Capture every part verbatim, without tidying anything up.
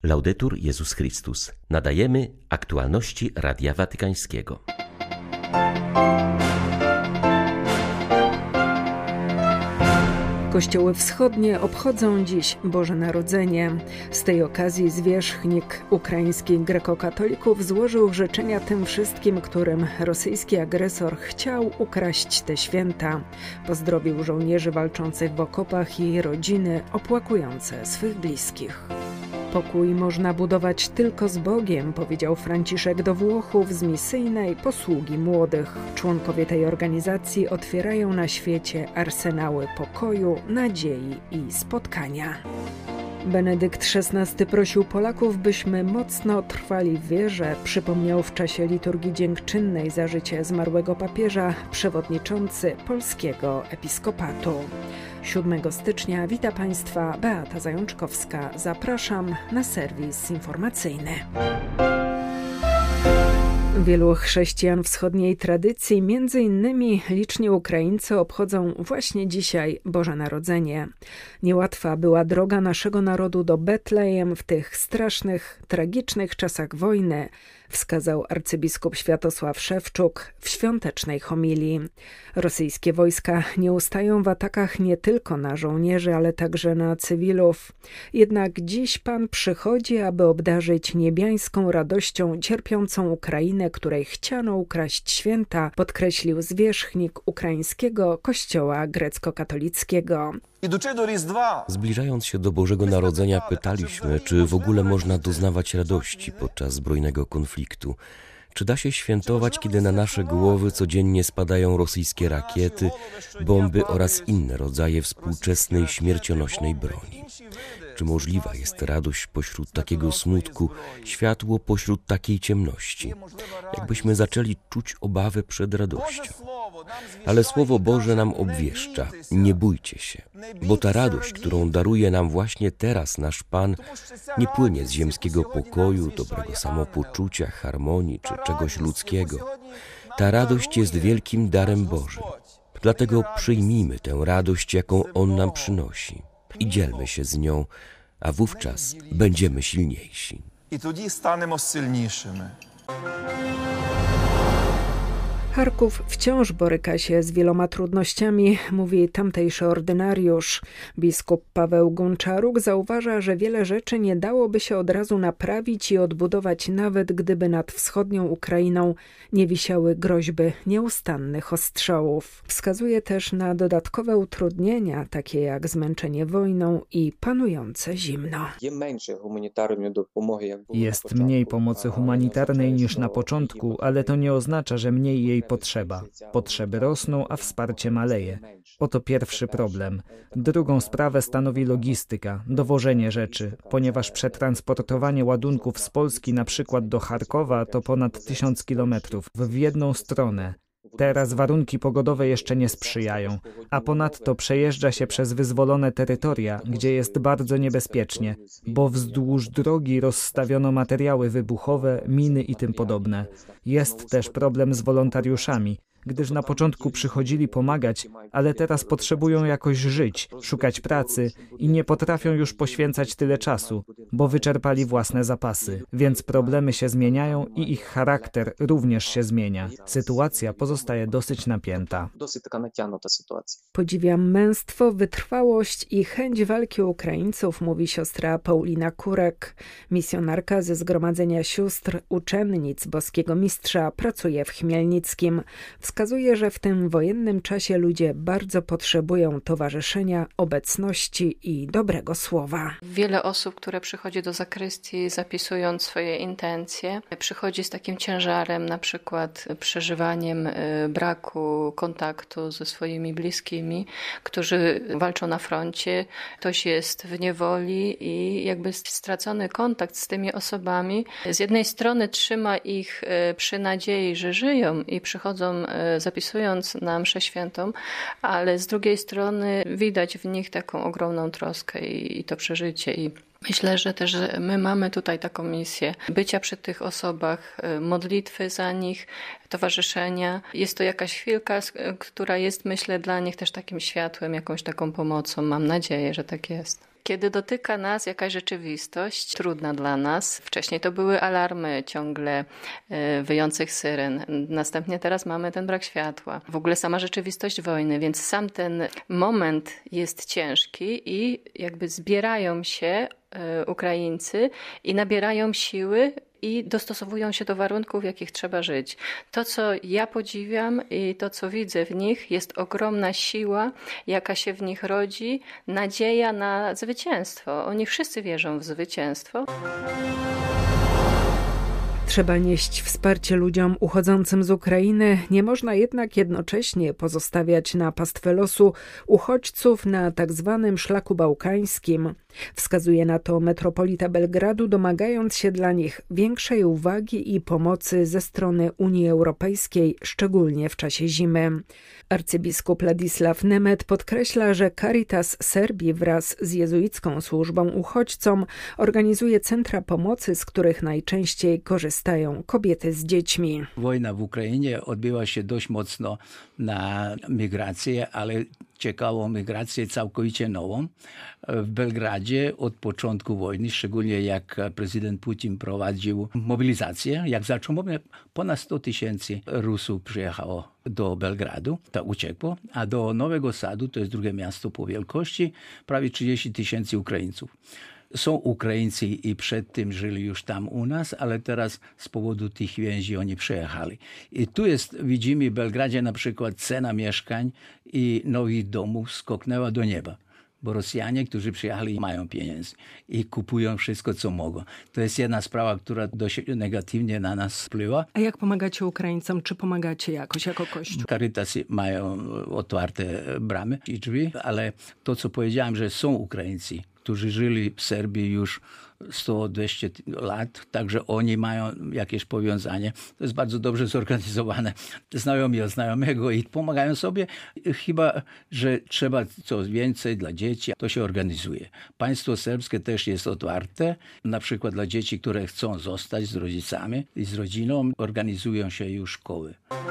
Laudetur Jezus Chrystus. Nadajemy aktualności Radia Watykańskiego. Kościoły wschodnie obchodzą dziś Boże Narodzenie. Z tej okazji zwierzchnik ukraińskich grekokatolików złożył życzenia tym wszystkim, którym rosyjski agresor chciał ukraść te święta. Pozdrowił żołnierzy walczących w okopach i rodziny opłakujące swych bliskich. Pokój można budować tylko z Bogiem, powiedział Franciszek do Włochów z misyjnej posługi młodych. Członkowie tej organizacji otwierają na świecie arsenały pokoju, nadziei i spotkania. Benedykt szesnasty prosił Polaków, byśmy mocno trwali w wierze, przypomniał w czasie liturgii dziękczynnej za życie zmarłego papieża przewodniczący polskiego episkopatu. siódmego stycznia wita Państwa Beata Zajączkowska. Zapraszam na serwis informacyjny. Wielu chrześcijan wschodniej tradycji, między innymi liczni Ukraińcy, obchodzą właśnie dzisiaj Boże Narodzenie. Niełatwa była droga naszego narodu do Betlejem w tych strasznych, tragicznych czasach wojny, wskazał arcybiskup Światosław Szewczuk w świątecznej homilii. Rosyjskie wojska nie ustają w atakach nie tylko na żołnierzy, ale także na cywilów. Jednak dziś Pan przychodzi, aby obdarzyć niebiańską radością cierpiącą Ukrainę, której chciano ukraść święta, podkreślił zwierzchnik ukraińskiego kościoła grecko-katolickiego. Zbliżając się do Bożego Narodzenia, pytaliśmy, czy w ogóle można doznawać radości podczas zbrojnego konfliktu. Czy da się świętować, kiedy na nasze głowy codziennie spadają rosyjskie rakiety, bomby oraz inne rodzaje współczesnej śmiercionośnej broni? Czy możliwa jest radość pośród takiego smutku, światło pośród takiej ciemności? Jakbyśmy zaczęli czuć obawę przed radością. Ale Słowo Boże nam obwieszcza: nie bójcie się, bo ta radość, którą daruje nam właśnie teraz nasz Pan, nie płynie z ziemskiego pokoju, dobrego samopoczucia, harmonii czy czegoś ludzkiego. Ta radość jest wielkim darem Bożym. Dlatego przyjmijmy tę radość, jaką On nam przynosi, i dzielmy się z nią, a wówczas będziemy silniejsi. I wtedy staniemy silniejszymi. Charków wciąż boryka się z wieloma trudnościami, mówi tamtejszy ordynariusz. Biskup Paweł Gunczaruk zauważa, że wiele rzeczy nie dałoby się od razu naprawić i odbudować, nawet gdyby nad wschodnią Ukrainą nie wisiały groźby nieustannych ostrzałów. Wskazuje też na dodatkowe utrudnienia, takie jak zmęczenie wojną i panujące zimno. Jest mniej pomocy humanitarnej niż na początku, ale to nie oznacza, że mniej jej potrzeba. Potrzeby rosną, a wsparcie maleje. Oto pierwszy problem. Drugą sprawę stanowi logistyka, dowożenie rzeczy, ponieważ przetransportowanie ładunków z Polski na przykład do Charkowa to ponad tysiąc kilometrów w jedną stronę. Teraz warunki pogodowe jeszcze nie sprzyjają, a ponadto przejeżdża się przez wyzwolone terytoria, gdzie jest bardzo niebezpiecznie, bo wzdłuż drogi rozstawiono materiały wybuchowe, miny i tym podobne. Jest też problem z wolontariuszami, gdyż na początku przychodzili pomagać, ale teraz potrzebują jakoś żyć, szukać pracy i nie potrafią już poświęcać tyle czasu, bo wyczerpali własne zapasy. Więc problemy się zmieniają i ich charakter również się zmienia. Sytuacja pozostaje dosyć napięta. Podziwiam męstwo, wytrwałość i chęć walki Ukraińców, mówi siostra Paulina Kurek. Misjonarka ze Zgromadzenia Sióstr Uczennic Boskiego Mistrza pracuje w Chmielnickim. Wskazuje, że w tym wojennym czasie ludzie bardzo potrzebują towarzyszenia, obecności i dobrego słowa. Wiele osób, które przychodzi do zakrystii zapisując swoje intencje, przychodzi z takim ciężarem, na przykład przeżywaniem braku kontaktu ze swoimi bliskimi, którzy walczą na froncie. Ktoś jest w niewoli i jakby stracony kontakt z tymi osobami. Z jednej strony trzyma ich przy nadziei, że żyją i przychodzą zapisując na mszę świętą, ale z drugiej strony widać w nich taką ogromną troskę i, i to przeżycie. I myślę, że też my mamy tutaj taką misję bycia przy tych osobach, modlitwy za nich, towarzyszenia. Jest to jakaś chwilka, która jest, myślę, dla nich też takim światłem, jakąś taką pomocą. Mam nadzieję, że tak jest. Kiedy dotyka nas jakaś rzeczywistość trudna dla nas, wcześniej to były alarmy ciągle wyjących syren, następnie teraz mamy ten brak światła. W ogóle sama rzeczywistość wojny, więc sam ten moment jest ciężki i jakby zbierają się Ukraińcy i nabierają siły i dostosowują się do warunków, w jakich trzeba żyć. To, co ja podziwiam i to, co widzę w nich, jest ogromna siła, jaka się w nich rodzi, nadzieja na zwycięstwo. Oni wszyscy wierzą w zwycięstwo. Trzeba nieść wsparcie ludziom uchodzącym z Ukrainy, nie można jednak jednocześnie pozostawiać na pastwę losu uchodźców na tak zwanym szlaku bałkańskim. Wskazuje na to metropolita Belgradu, domagając się dla nich większej uwagi i pomocy ze strony Unii Europejskiej, szczególnie w czasie zimy. Arcybiskup Ladisław Nemet podkreśla, że Caritas Serbii wraz z jezuicką służbą uchodźcom organizuje centra pomocy, z których najczęściej korzystają kobiety z dziećmi. Wojna w Ukrainie odbyła się dość mocno na migrację, ale ciekawą migrację całkowicie nową. W Belgradzie od początku wojny, szczególnie jak prezydent Putin prowadził mobilizację, jak zaczął, ponad sto tysięcy Rusów przyjechało do Belgradu, to uciekło, a do Nowego Sadu, to jest drugie miasto po wielkości, prawie trzydzieści tysięcy Ukraińców. Są Ukraińcy i przed tym żyli już tam u nas, ale teraz z powodu tych więzi oni przyjechali. I tu jest, widzimy w Belgradzie na przykład cena mieszkań i nowych domów skoknęła do nieba. Bo Rosjanie, którzy przyjechali, mają pieniędzy i kupują wszystko, co mogą. To jest jedna sprawa, która dość negatywnie na nas wpływa. A jak pomagacie Ukraińcom? Czy pomagacie jakoś jako Kościół? Caritasy mają otwarte bramy i drzwi, ale to, co powiedziałem, że są Ukraińcy, którzy żyli w Serbii już sto dwieście lat, także oni mają jakieś powiązanie. To jest bardzo dobrze zorganizowane. Znajomi od znajomego i pomagają sobie. Chyba, że trzeba coś więcej dla dzieci, to się organizuje. Państwo serbskie też jest otwarte, na przykład dla dzieci, które chcą zostać z rodzicami i z rodziną, organizują się już szkoły.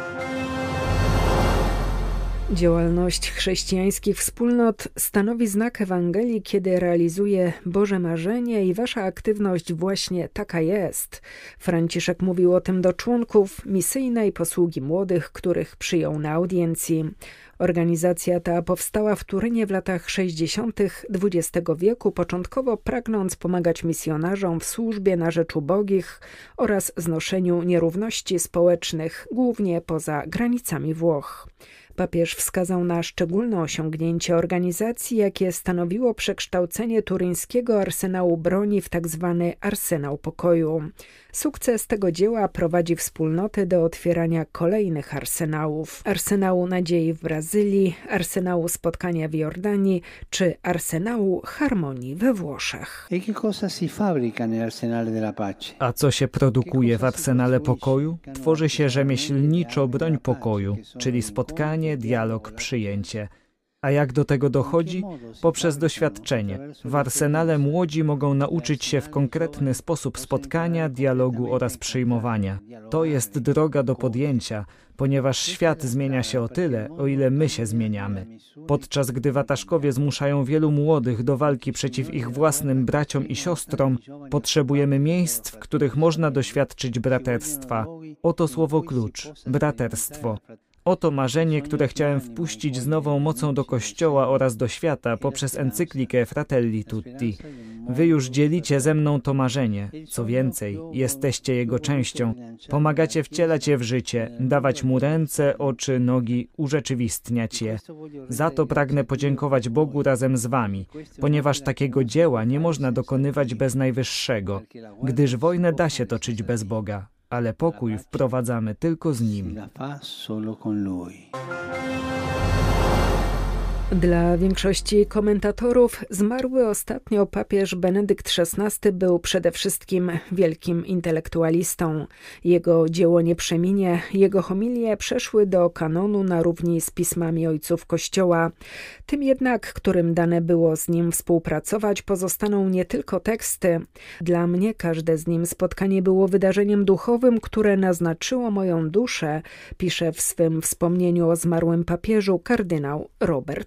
Działalność chrześcijańskich wspólnot stanowi znak Ewangelii, kiedy realizuje Boże marzenie i wasza aktywność właśnie taka jest. Franciszek mówił o tym do członków misyjnej posługi młodych, których przyjął na audiencji. Organizacja ta powstała w Turynie w latach sześćdziesiątych dwudziestego wieku, początkowo pragnąc pomagać misjonarzom w służbie na rzecz ubogich oraz znoszeniu nierówności społecznych, głównie poza granicami Włoch. Papież wskazał na szczególne osiągnięcie organizacji, jakie stanowiło przekształcenie turyńskiego arsenału broni w tzw. arsenał pokoju. Sukces tego dzieła prowadzi wspólnoty do otwierania kolejnych arsenałów. Arsenału nadziei w Brazylii, arsenału spotkania w Jordanii czy arsenału harmonii we Włoszech. A co się produkuje w arsenale pokoju? Tworzy się rzemieślniczo broń pokoju, czyli spotkanie, dialog, przyjęcie. A jak do tego dochodzi? Poprzez doświadczenie. W arsenale młodzi mogą nauczyć się w konkretny sposób spotkania, dialogu oraz przyjmowania. To jest droga do podjęcia, ponieważ świat zmienia się o tyle, o ile my się zmieniamy. Podczas gdy wataszkowie zmuszają wielu młodych do walki przeciw ich własnym braciom i siostrom, potrzebujemy miejsc, w których można doświadczyć braterstwa. Oto słowo klucz – braterstwo. Oto marzenie, które chciałem wpuścić z nową mocą do Kościoła oraz do świata poprzez encyklikę Fratelli Tutti. Wy już dzielicie ze mną to marzenie. Co więcej, jesteście jego częścią. Pomagacie wcielać je w życie, dawać mu ręce, oczy, nogi, urzeczywistniać je. Za to pragnę podziękować Bogu razem z wami, ponieważ takiego dzieła nie można dokonywać bez Najwyższego, gdyż wojnę da się toczyć bez Boga. Ale pokój wprowadzamy tylko z Nim. Dla większości komentatorów zmarły ostatnio papież Benedykt szesnasty był przede wszystkim wielkim intelektualistą. Jego dzieło nie przeminie, jego homilie przeszły do kanonu na równi z pismami ojców Kościoła. Tym jednak, którym dane było z nim współpracować, pozostaną nie tylko teksty. Dla mnie każde z nim spotkanie było wydarzeniem duchowym, które naznaczyło moją duszę, pisze w swym wspomnieniu o zmarłym papieżu kardynał Robert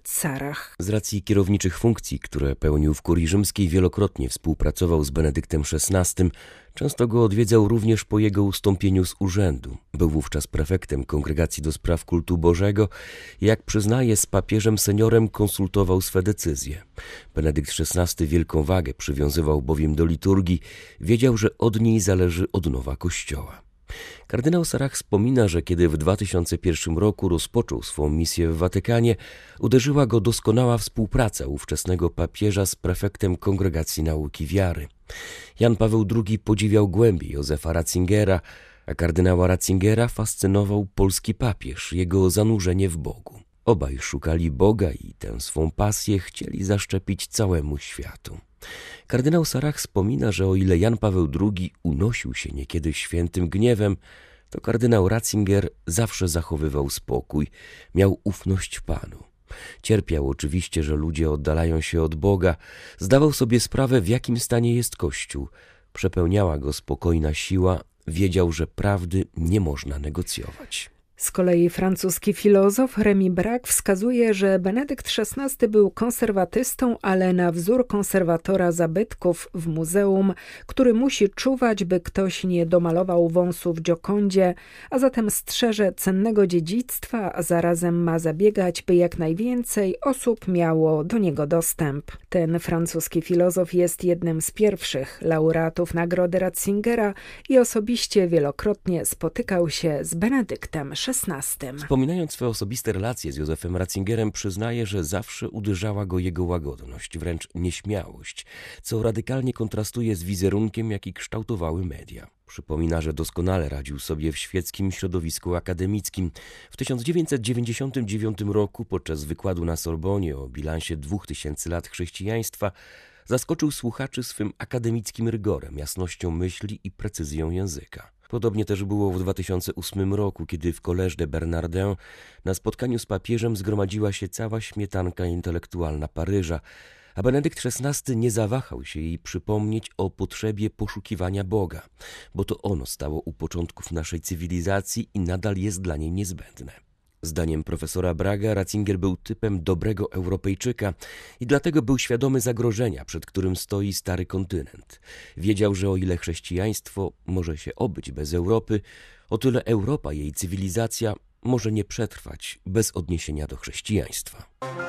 Sarach. Z racji kierowniczych funkcji, które pełnił w kurii rzymskiej, wielokrotnie współpracował z Benedyktem szesnastym, często go odwiedzał również po jego ustąpieniu z urzędu. Był wówczas prefektem Kongregacji do Spraw Kultu Bożego i, jak przyznaje, z papieżem seniorem konsultował swe decyzje. Benedykt szesnasty wielką wagę przywiązywał bowiem do liturgii, wiedział, że od niej zależy odnowa Kościoła. Kardynał Sarach wspomina, że kiedy w dwa tysiące pierwszym roku rozpoczął swą misję w Watykanie, uderzyła go doskonała współpraca ówczesnego papieża z prefektem Kongregacji Nauki Wiary. Jan Paweł drugi podziwiał głębiej Józefa Ratzingera, a kardynała Ratzingera fascynował polski papież, jego zanurzenie w Bogu. Obaj szukali Boga i tę swą pasję chcieli zaszczepić całemu światu. Kardynał Sarach wspomina, że o ile Jan Paweł drugi unosił się niekiedy świętym gniewem, to kardynał Ratzinger zawsze zachowywał spokój, miał ufność Panu. Cierpiał oczywiście, że ludzie oddalają się od Boga, zdawał sobie sprawę, w jakim stanie jest Kościół. Przepełniała go spokojna siła, wiedział, że prawdy nie można negocjować. Z kolei francuski filozof Rémy Braque wskazuje, że Benedykt szesnasty był konserwatystą, ale na wzór konserwatora zabytków w muzeum, który musi czuwać, by ktoś nie domalował wąsu w Giocondzie, a zatem strzeże cennego dziedzictwa, a zarazem ma zabiegać, by jak najwięcej osób miało do niego dostęp. Ten francuski filozof jest jednym z pierwszych laureatów Nagrody Ratzingera i osobiście wielokrotnie spotykał się z Benedyktem szesnastym. Wspominając swoje osobiste relacje z Józefem Ratzingerem, przyznaje, że zawsze uderzała go jego łagodność, wręcz nieśmiałość, co radykalnie kontrastuje z wizerunkiem, jaki kształtowały media. Przypomina, że doskonale radził sobie w świeckim środowisku akademickim. W tysiąc dziewięćset dziewięćdziesiątym dziewiątym roku podczas wykładu na Sorbonie o bilansie dwóch tysięcy lat chrześcijaństwa zaskoczył słuchaczy swym akademickim rygorem, jasnością myśli i precyzją języka. Podobnie też było w dwa tysiące ósmym roku, kiedy w Collège de Bernardin na spotkaniu z papieżem zgromadziła się cała śmietanka intelektualna Paryża, a Benedykt szesnasty nie zawahał się jej przypomnieć o potrzebie poszukiwania Boga, bo to ono stało u początków naszej cywilizacji i nadal jest dla niej niezbędne. Zdaniem profesora Braga Ratzinger był typem dobrego Europejczyka i dlatego był świadomy zagrożenia, przed którym stoi stary kontynent. Wiedział, że o ile chrześcijaństwo może się obyć bez Europy, o tyle Europa, jej cywilizacja, może nie przetrwać bez odniesienia do chrześcijaństwa.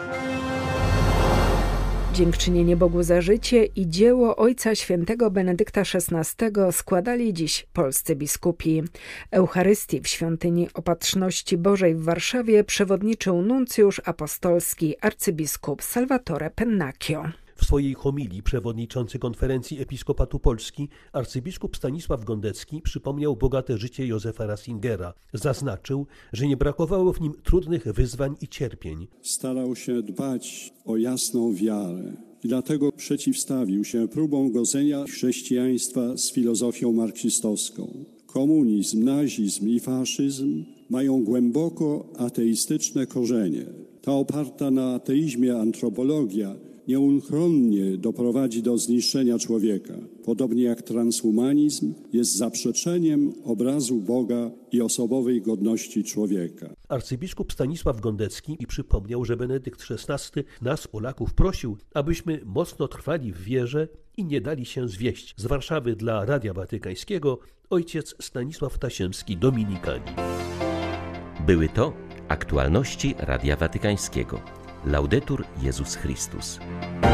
Dziękczynienie Bogu za życie i dzieło Ojca Świętego Benedykta szesnastego składali dziś polscy biskupi. Eucharystii w Świątyni Opatrzności Bożej w Warszawie przewodniczył nuncjusz apostolski arcybiskup Salvatore Pennacchio. W swojej homilii przewodniczący Konferencji Episkopatu Polski arcybiskup Stanisław Gondecki przypomniał bogate życie Józefa Ratzingera. Zaznaczył, że nie brakowało w nim trudnych wyzwań i cierpień. Starał się dbać o jasną wiarę i dlatego przeciwstawił się próbom godzenia chrześcijaństwa z filozofią marksistowską. Komunizm, nazizm i faszyzm mają głęboko ateistyczne korzenie. Ta oparta na ateizmie antropologia nieuchronnie doprowadzi do zniszczenia człowieka. Podobnie jak transhumanizm jest zaprzeczeniem obrazu Boga i osobowej godności człowieka. Arcybiskup Stanisław Gondecki przypomniał, że Benedykt szesnasty nas, Polaków, prosił, abyśmy mocno trwali w wierze i nie dali się zwieść. Z Warszawy dla Radia Watykańskiego ojciec Stanisław Tasiemski, dominikanin. Były to aktualności Radia Watykańskiego. Laudetur Jezus Chrystus.